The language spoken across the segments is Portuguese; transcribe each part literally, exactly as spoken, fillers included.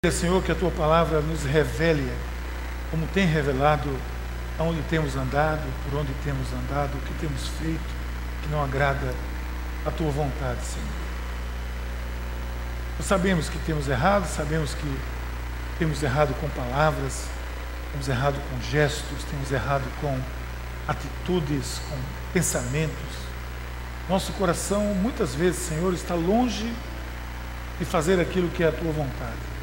Senhor, que a Tua palavra nos revele, como tem revelado, aonde temos andado, por onde temos andado, o que temos feito, que não agrada a Tua vontade, Senhor. Nós sabemos que temos errado, sabemos que temos errado com palavras, temos errado com gestos, temos errado com atitudes, com pensamentos. Nosso coração, muitas vezes, Senhor, está longe de fazer aquilo que é a Tua vontade.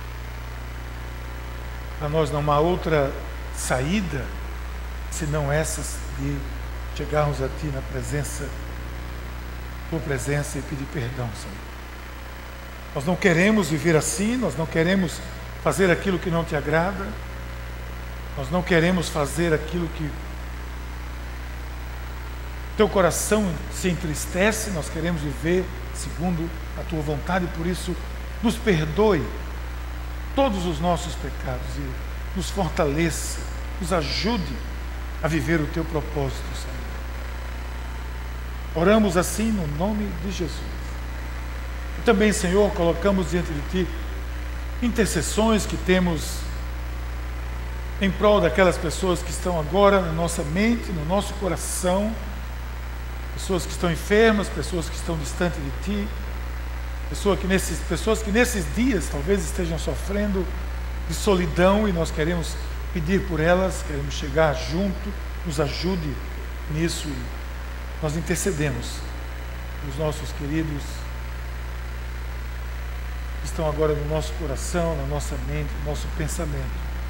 Para nós não há outra saída, senão essas de chegarmos a Ti na presença, Tua presença e pedir perdão, Senhor. Nós não queremos viver assim, nós não queremos fazer aquilo que não Te agrada, nós não queremos fazer aquilo que Teu coração se entristece, nós queremos viver segundo a Tua vontade, por isso nos perdoe todos os nossos pecados e nos fortaleça, nos ajude a viver o Teu propósito, Senhor. Oramos assim no nome de Jesus. E também, Senhor, colocamos diante de Ti intercessões que temos em prol daquelas pessoas que estão agora na nossa mente, no nosso coração, pessoas que estão enfermas, pessoas que estão distantes de Ti, Pessoa que nesses, pessoas que nesses dias talvez estejam sofrendo de solidão e nós queremos pedir por elas, queremos chegar junto, nos ajude nisso e nós intercedemos os nossos queridos que estão agora no nosso coração, na nossa mente, no nosso pensamento.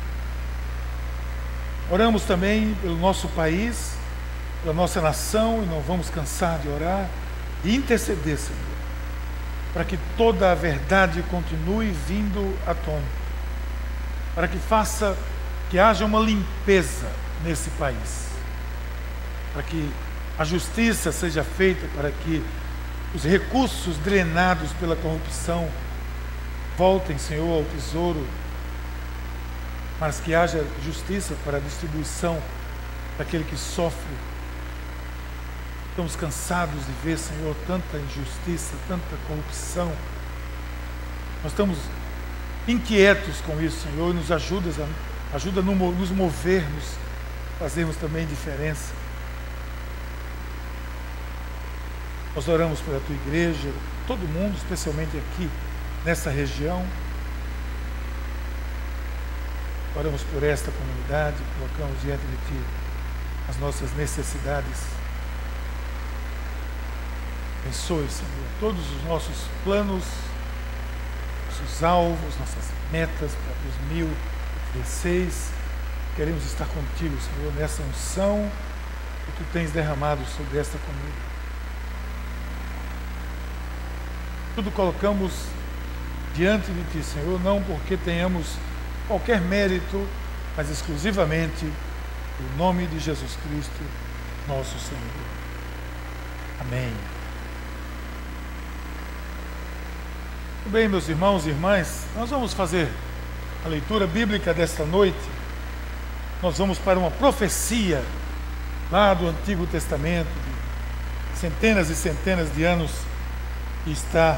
Oramos também pelo nosso país, pela nossa nação e não vamos cansar de orar e interceder, Senhor, para que toda a verdade continue vindo à tona, para que faça, que haja uma limpeza nesse país, para que a justiça seja feita, para que os recursos drenados pela corrupção voltem, Senhor, ao tesouro, mas que haja justiça para a distribuição daquele que sofre. Estamos cansados de ver, Senhor, tanta injustiça, tanta corrupção. Nós estamos inquietos com isso, Senhor, e nos ajuda a, ajuda a nos movermos, fazermos também diferença. Nós oramos pela Tua igreja, todo mundo, especialmente aqui nessa região. Oramos por esta comunidade, colocamos diante de Ti as nossas necessidades. Abençoe, Senhor, todos os nossos planos, nossos alvos, nossas metas para dois mil e dezesseis. Queremos estar contigo, Senhor, nessa unção que Tu tens derramado sobre esta comunidade. Tudo colocamos diante de Ti, Senhor, não porque tenhamos qualquer mérito, mas exclusivamente no nome de Jesus Cristo, nosso Senhor. Amém. Muito bem, meus irmãos e irmãs, nós vamos fazer a leitura bíblica desta noite. Nós vamos para uma profecia lá do Antigo Testamento, de centenas e centenas de anos, que está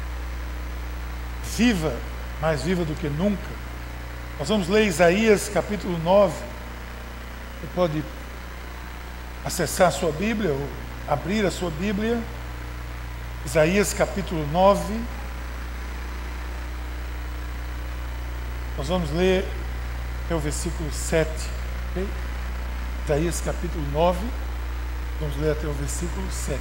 viva, mais viva do que nunca. Nós vamos ler Isaías capítulo nove. Você pode acessar a sua Bíblia ou abrir a sua Bíblia. Isaías capítulo nove. Nós vamos ler até o versículo sete. Okay? Isaías capítulo nove. Vamos ler até o versículo sete.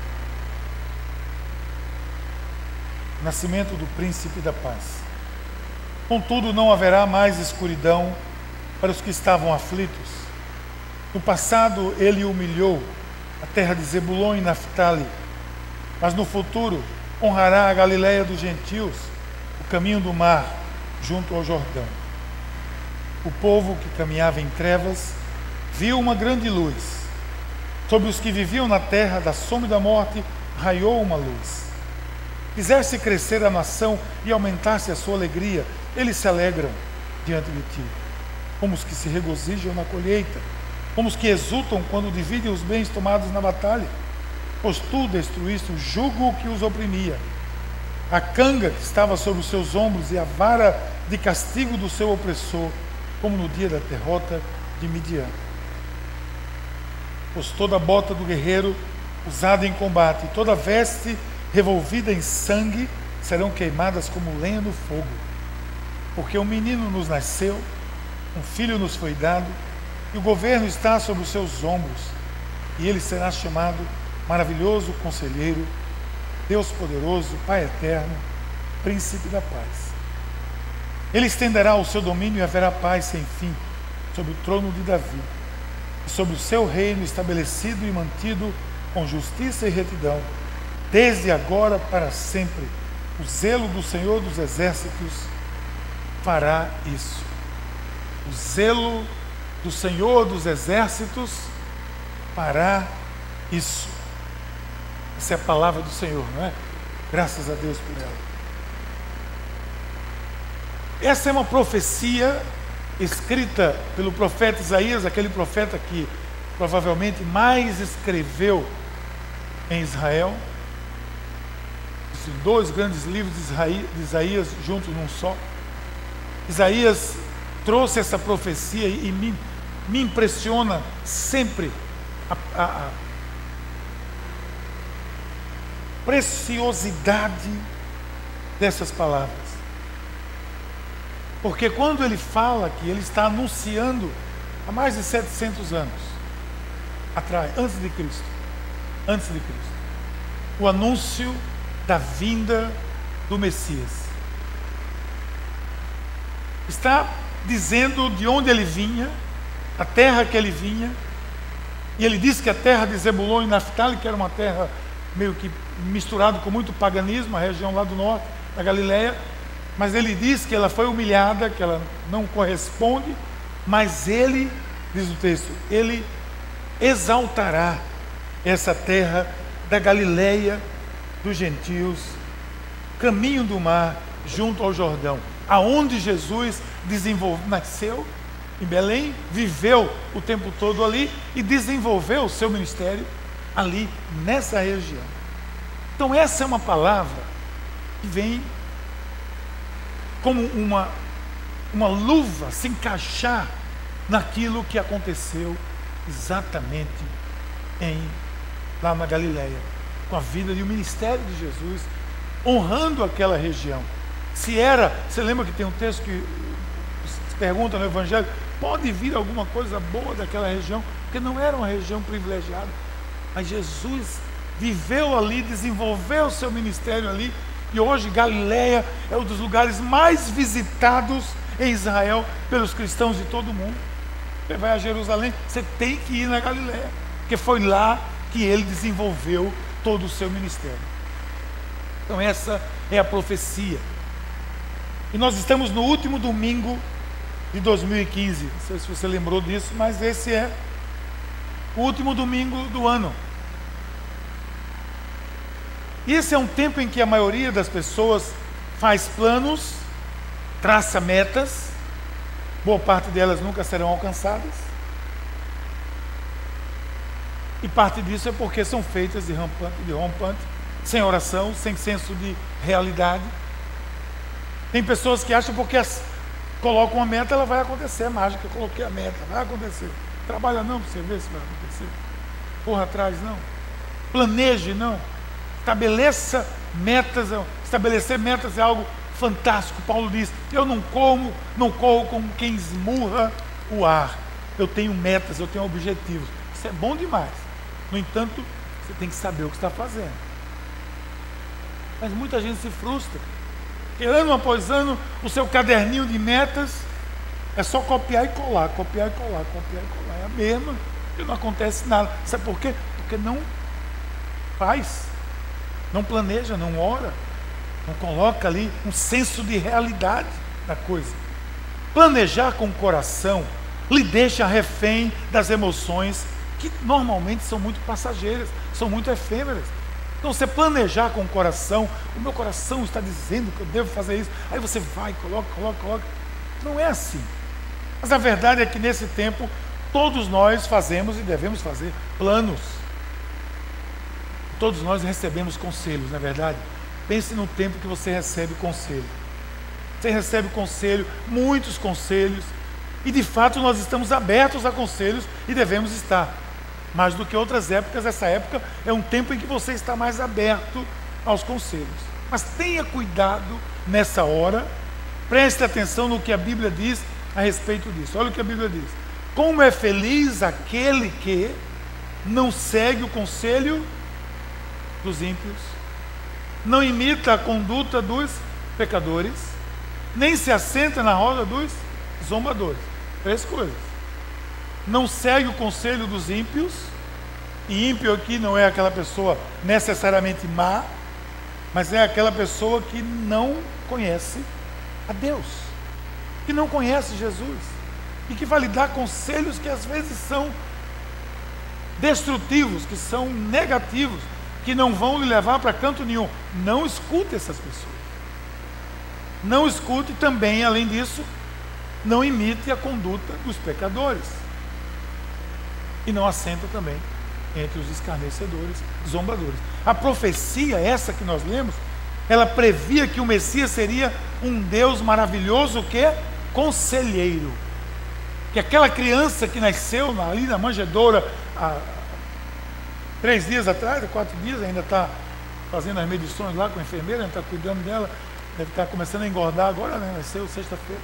Nascimento do príncipe da paz. Contudo, não haverá mais escuridão para os que estavam aflitos. No passado, ele humilhou a terra de Zebulon e Naftali, mas no futuro honrará a Galileia dos gentios, o caminho do mar, junto ao Jordão. O povo que caminhava em trevas viu uma grande luz. Sobre os que viviam na terra da sombra da morte raiou uma luz. Fizeste crescer a nação e aumentaste a sua alegria. Eles se alegram diante de Ti, como os que se regozijam na colheita, como os que exultam quando dividem os bens tomados na batalha. Pois Tu destruíste o jugo que os oprimia a canga que estava sobre os seus ombros e a vara de castigo do seu opressor, como no dia da derrota de Midian. Pois toda bota do guerreiro usada em combate, e toda veste revolvida em sangue, serão queimadas como lenha no fogo. Porque um menino nos nasceu, um filho nos foi dado, e o governo está sobre os seus ombros, e ele será chamado Maravilhoso Conselheiro, Deus Poderoso, Pai Eterno, Príncipe da Paz. Ele estenderá o seu domínio e haverá paz sem fim sobre o trono de Davi, e sobre o seu reino estabelecido e mantido com justiça e retidão, desde agora para sempre. O zelo do Senhor dos Exércitos fará isso. O zelo do Senhor dos Exércitos fará isso. Essa é a palavra do Senhor, não é? Graças a Deus por ela. Essa é uma profecia escrita pelo profeta Isaías, aquele profeta que provavelmente mais escreveu em Israel. Dois grandes livros de Isaías juntos num só. Isaías trouxe essa profecia e me, me impressiona sempre a, a, a preciosidade dessas palavras. Porque quando ele fala que ele está anunciando há mais de setecentos anos atrás, antes de Cristo, antes de Cristo, o anúncio da vinda do Messias. Está dizendo de onde ele vinha, a terra que ele vinha, e ele disse que a terra de Zebulon e Naftali, que era uma terra meio que misturada com muito paganismo, a região lá do norte, da Galileia, mas ele diz que ela foi humilhada, que ela não corresponde, mas ele, diz o texto, ele exaltará essa terra da Galileia dos gentios, caminho do mar, junto ao Jordão, aonde Jesus desenvolveu, nasceu em Belém, viveu o tempo todo ali e desenvolveu o seu ministério ali nessa região. Então essa é uma palavra que vem como uma, uma luva se encaixar naquilo que aconteceu exatamente em, lá na Galileia, com a vida e o ministério de Jesus, honrando aquela região. Se era, você lembra que tem um texto que se pergunta no Evangelho, pode vir alguma coisa boa daquela região? Porque não era uma região privilegiada, mas Jesus viveu ali, desenvolveu o seu ministério ali, e hoje Galileia é um dos lugares mais visitados em Israel pelos cristãos de todo o mundo. Você vai a Jerusalém, você tem que ir na Galileia, porque foi lá que ele desenvolveu todo o seu ministério. Então essa é a profecia. E nós estamos no último domingo de dois mil e quinze. Não sei se você lembrou disso, mas esse é o último domingo do ano. E esse é um tempo em que a maioria das pessoas faz planos, traça metas, boa parte delas nunca serão alcançadas. E parte disso é porque são feitas de rampante, de rompante, sem oração, sem senso de realidade. Tem pessoas que acham porque as, colocam uma meta, ela vai acontecer, é mágica, eu coloquei a meta, vai acontecer. Trabalha não para você ver se vai acontecer. Corra atrás não. Planeje não. Estabeleça metas. Estabelecer metas é algo fantástico. Paulo diz, eu não como, não corro como quem esmurra o ar. Eu tenho metas, eu tenho objetivos. Isso é bom demais. No entanto, você tem que saber o que está fazendo. Mas muita gente se frustra. Porque ano após ano, o seu caderninho de metas é só copiar e colar, copiar e colar, copiar e colar. É a mesma, e não acontece nada. Sabe por quê? Porque não faz, não planeja, não ora, não coloca ali um senso de realidade da coisa. Planejar com o coração lhe deixa refém das emoções que normalmente são muito passageiras, são muito efêmeras. Então você planejar com o coração, o meu coração está dizendo que eu devo fazer isso, aí você vai, coloca, coloca, coloca. Não é assim. Mas a verdade é que nesse tempo, todos nós fazemos e devemos fazer planos. Todos nós recebemos conselhos, não é verdade? pense no tempo que você recebe conselho. Você recebe conselho, muitos conselhos, e de fato nós estamos abertos a conselhos e devemos estar. Mais do que outras épocas, essa época é um tempo em que você está mais aberto aos conselhos. Mas tenha cuidado nessa hora, preste atenção no que a Bíblia diz a respeito disso. Olha o que a Bíblia diz: como é feliz aquele que não segue o conselho dos ímpios, não imita a conduta dos pecadores, nem se assenta na roda dos zombadores. Três coisas: não segue o conselho dos ímpios, e ímpio aqui não é aquela pessoa necessariamente má, mas é aquela pessoa que não conhece a Deus, que não conhece Jesus, e que vai lhe dar conselhos que às vezes são destrutivos, que são negativos, que não vão lhe levar para canto nenhum. Não escute essas pessoas. Não escute também, além disso, não imite a conduta dos pecadores. E não assenta também entre os escarnecedores, zombadores. A profecia, essa que nós lemos, ela previa que o Messias seria um Deus maravilhoso, que é conselheiro. Que aquela criança que nasceu ali na manjedoura há três dias atrás, há quatro dias, ainda está fazendo as medições lá com a enfermeira, ainda está cuidando dela, deve estar começando a engordar agora, né? Nasceu sexta-feira.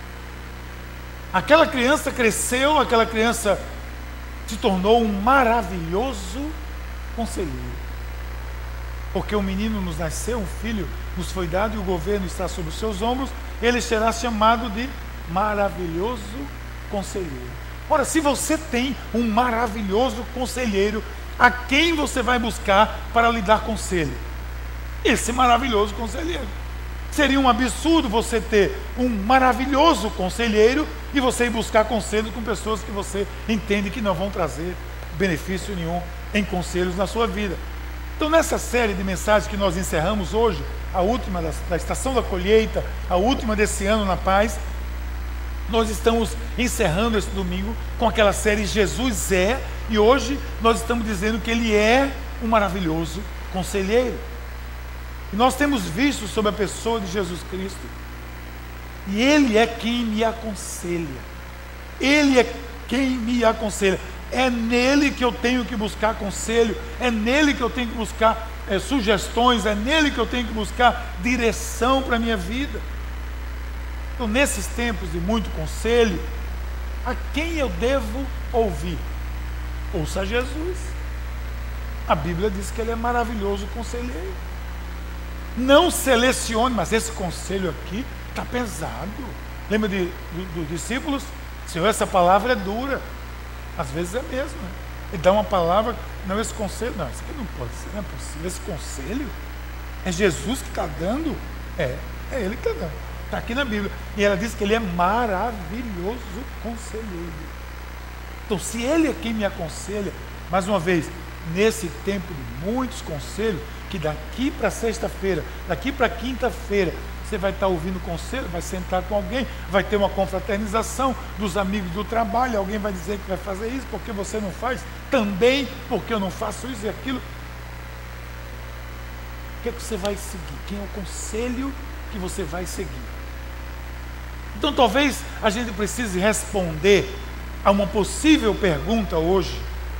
Aquela criança cresceu, aquela criança se tornou um maravilhoso conselheiro. Porque um menino nos nasceu, um filho nos foi dado, e o governo está sobre os seus ombros, ele será chamado de maravilhoso conselheiro. Ora, se você tem um maravilhoso conselheiro, a quem você vai buscar para lhe dar conselho? Esse maravilhoso conselheiro. Seria um absurdo você ter um maravilhoso conselheiro e você ir buscar conselho com pessoas que você entende que não vão trazer benefício nenhum em conselhos na sua vida. Então, nessa série de mensagens que nós encerramos hoje, a última da, da estação da colheita, a última desse ano na paz, nós estamos encerrando esse domingo com aquela série Jesus é, e hoje nós estamos dizendo que Ele é um maravilhoso conselheiro. E nós temos visto sobre a pessoa de Jesus Cristo, e Ele é quem me aconselha. Ele é quem me aconselha. É nele que eu tenho que buscar conselho, é nele que eu tenho que buscar é, sugestões, é nele que eu tenho que buscar direção para a minha vida. Então, nesses tempos de muito conselho, a quem eu devo ouvir? Ouça Jesus. A Bíblia diz que Ele é maravilhoso conselheiro. Não selecione, mas esse conselho aqui está pesado. Lembra de, do, dos discípulos? Senhor, essa palavra é dura. Às vezes é mesmo, né? Ele dá uma palavra, não, esse conselho, não, isso aqui não pode ser, não é possível. Esse conselho é Jesus que está dando? É, é Ele que está dando. Está aqui na Bíblia. E ela diz que Ele é maravilhoso conselheiro. Então, se Ele é quem me aconselha, mais uma vez, nesse tempo de muitos conselhos, que daqui para sexta-feira, daqui para quinta-feira, você vai estar ouvindo conselho, vai sentar com alguém, vai ter uma confraternização dos amigos do trabalho, alguém vai dizer que vai fazer isso, porque você não faz, também porque eu não faço isso e aquilo. O que é que você vai seguir? Quem é o conselho que você vai seguir? Então talvez a gente precise responder a uma possível pergunta hoje.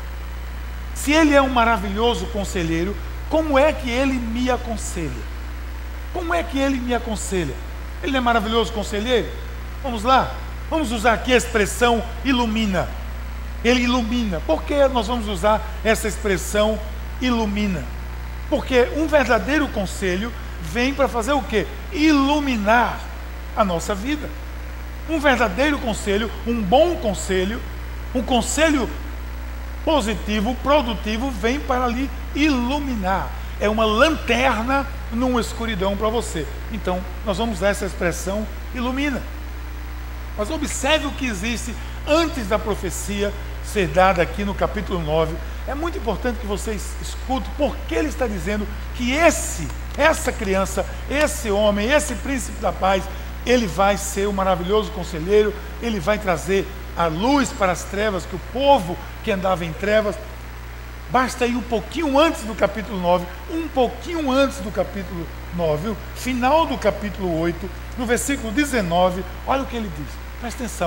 Se Ele é um maravilhoso conselheiro, como é que Ele me aconselha? Como é que Ele me aconselha? Ele é maravilhoso conselheiro? Vamos lá, vamos usar aqui a expressão ilumina. Ele ilumina. Por que nós vamos usar essa expressão ilumina? Porque um verdadeiro conselho vem para fazer o quê? Iluminar a nossa vida. Um verdadeiro conselho, um bom conselho, um conselho positivo, produtivo, vem para lhe iluminar. É uma lanterna numa escuridão para você. Então, nós vamos usar essa expressão ilumina. Mas observe o que existe antes da profecia ser dada aqui no capítulo nove. É muito importante que vocês escutem porque ele está dizendo que esse, essa criança, esse homem, esse príncipe da paz, ele vai ser um maravilhoso conselheiro, ele vai trazer a luz para as trevas, que o povo que andava em trevas Basta ir um pouquinho antes do capítulo nove, um pouquinho antes do capítulo nove, final do capítulo oito, no versículo dezenove, olha o que ele diz. Presta atenção.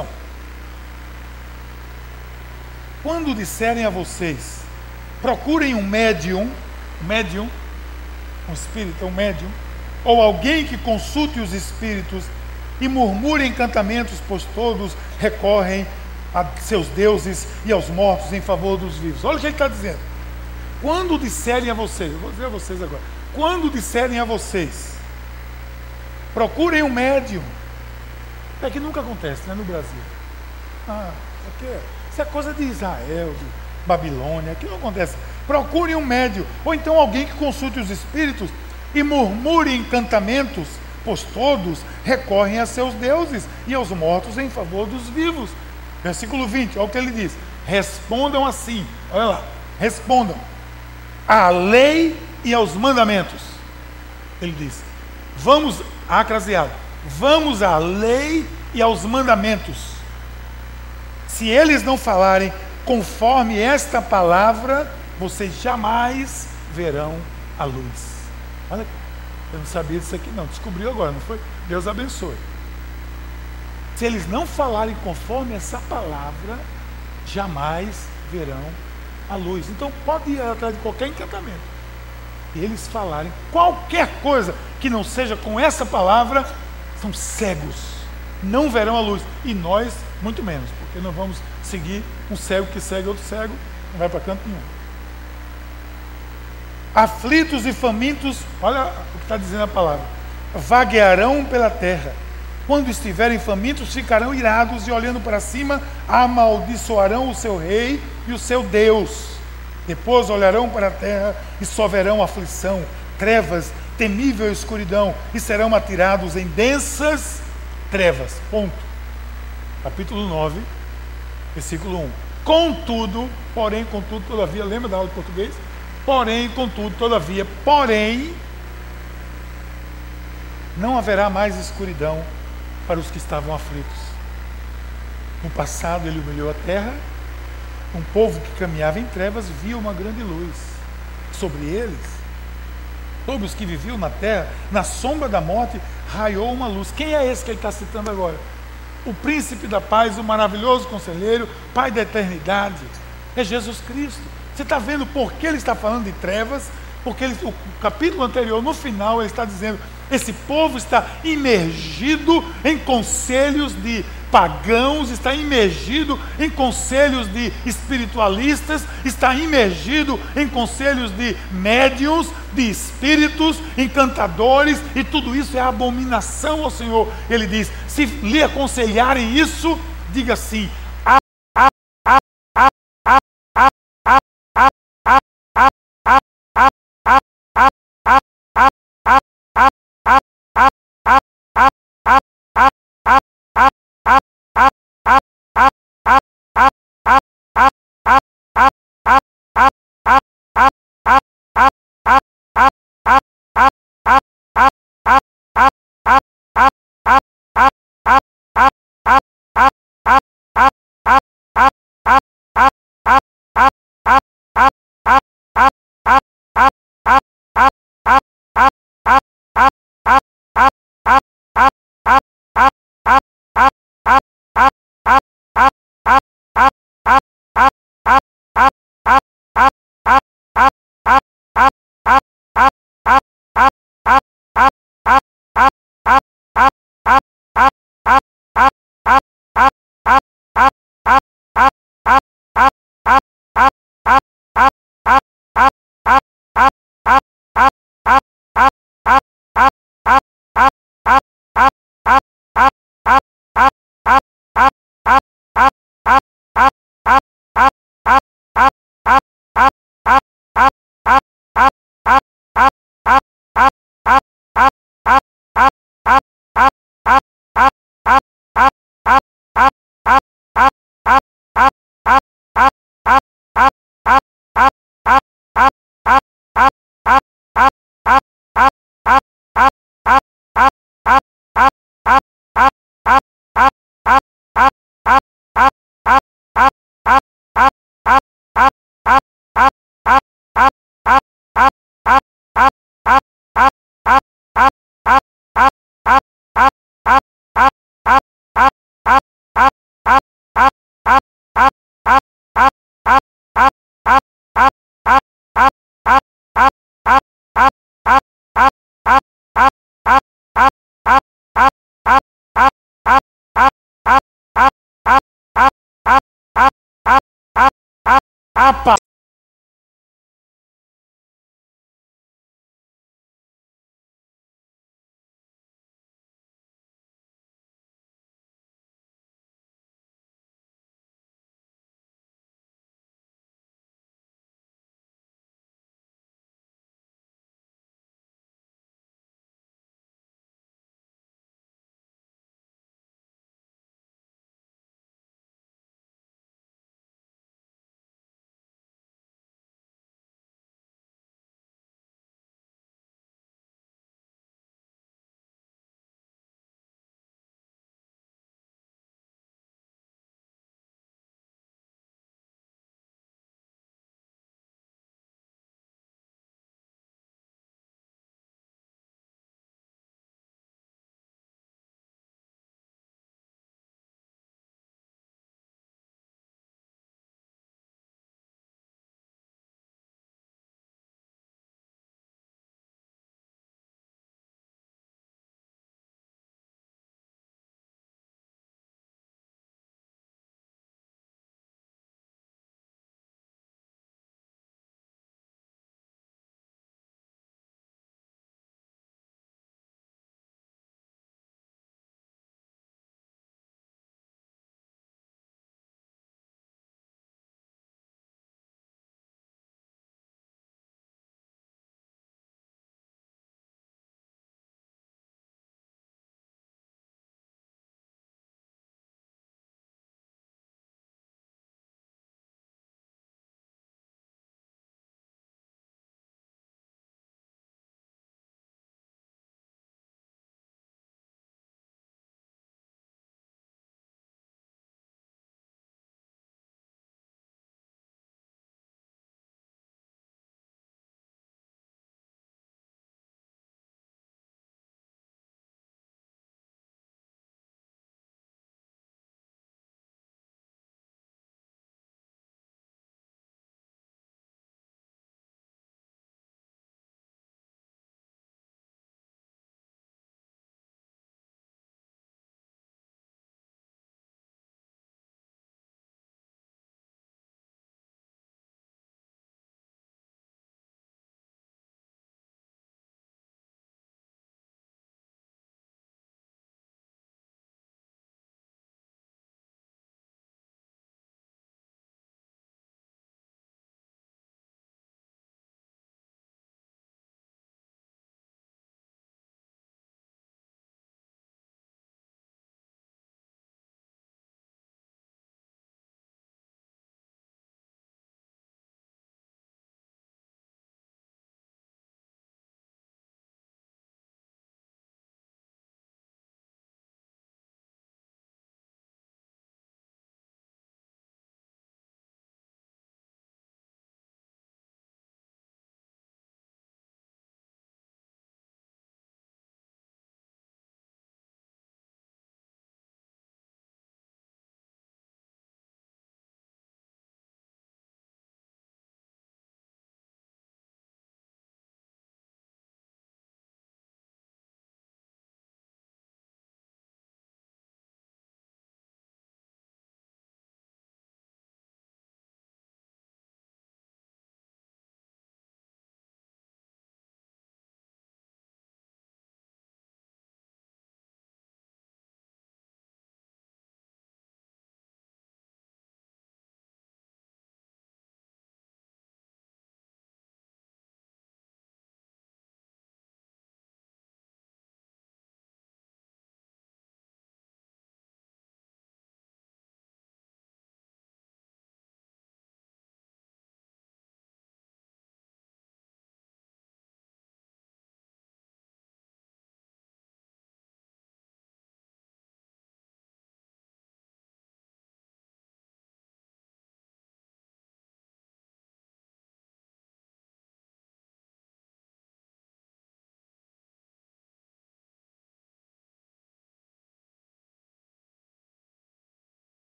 Quando disserem a vocês, procurem um médium, médium, um espírito, um médium, ou alguém que consulte os espíritos e murmure encantamentos, pois todos recorrem a seus deuses e aos mortos em favor dos vivos. Olha o que ele está dizendo. Quando disserem a vocês, eu vou dizer a vocês agora, quando disserem a vocês, procurem um médium, é que nunca acontece, né, no Brasil. Ah, isso aqui é, isso é coisa de Israel, de Babilônia, aqui não acontece. Procurem um médium, ou então alguém que consulte os espíritos e murmure encantamentos, pois todos recorrem a seus deuses e aos mortos em favor dos vivos. Versículo vinte, olha o que ele diz. Respondam assim, olha lá, respondam à lei e aos mandamentos. Ele diz, vamos, acraseado, vamos à lei e aos mandamentos. Se eles não falarem conforme esta palavra, vocês jamais verão a luz. Olha, eu não sabia disso aqui não, descobriu agora, não foi? Deus abençoe. Se eles não falarem conforme essa palavra, jamais verão a luz. Então pode ir atrás de qualquer encantamento. E eles falarem qualquer coisa que não seja com essa palavra, são cegos, não verão a luz. E nós, muito menos, porque não vamos seguir um cego que segue outro cego, não vai para canto nenhum. Aflitos e famintos, olha o que está dizendo a palavra, vaguearão pela terra. Quando estiverem famintos, ficarão irados e olhando para cima, amaldiçoarão o seu rei e o seu Deus. Depois olharão para a terra e só verão aflição, trevas, temível escuridão, e serão atirados em densas trevas. Ponto. Capítulo nove, versículo um. Contudo, porém, contudo, todavia, lembra da aula de português? Porém, contudo, todavia, porém, não haverá mais escuridão para os que estavam aflitos. No passado ele humilhou a terra, um povo que caminhava em trevas via uma grande luz. Sobre eles, sobre os que viviam na terra, na sombra da morte, raiou uma luz. Quem é esse que ele está citando agora? O príncipe da paz, o maravilhoso conselheiro, Pai da eternidade, é Jesus Cristo. Você está vendo por que ele está falando de trevas? Porque ele, o capítulo anterior, no final, ele está dizendo, esse povo está imergido em conselhos de pagãos, está imergido em conselhos de espiritualistas, está imergido em conselhos de médiuns, de espíritos, encantadores, e tudo isso é abominação ao Senhor. Ele diz, se lhe aconselharem isso, diga assim, a palavra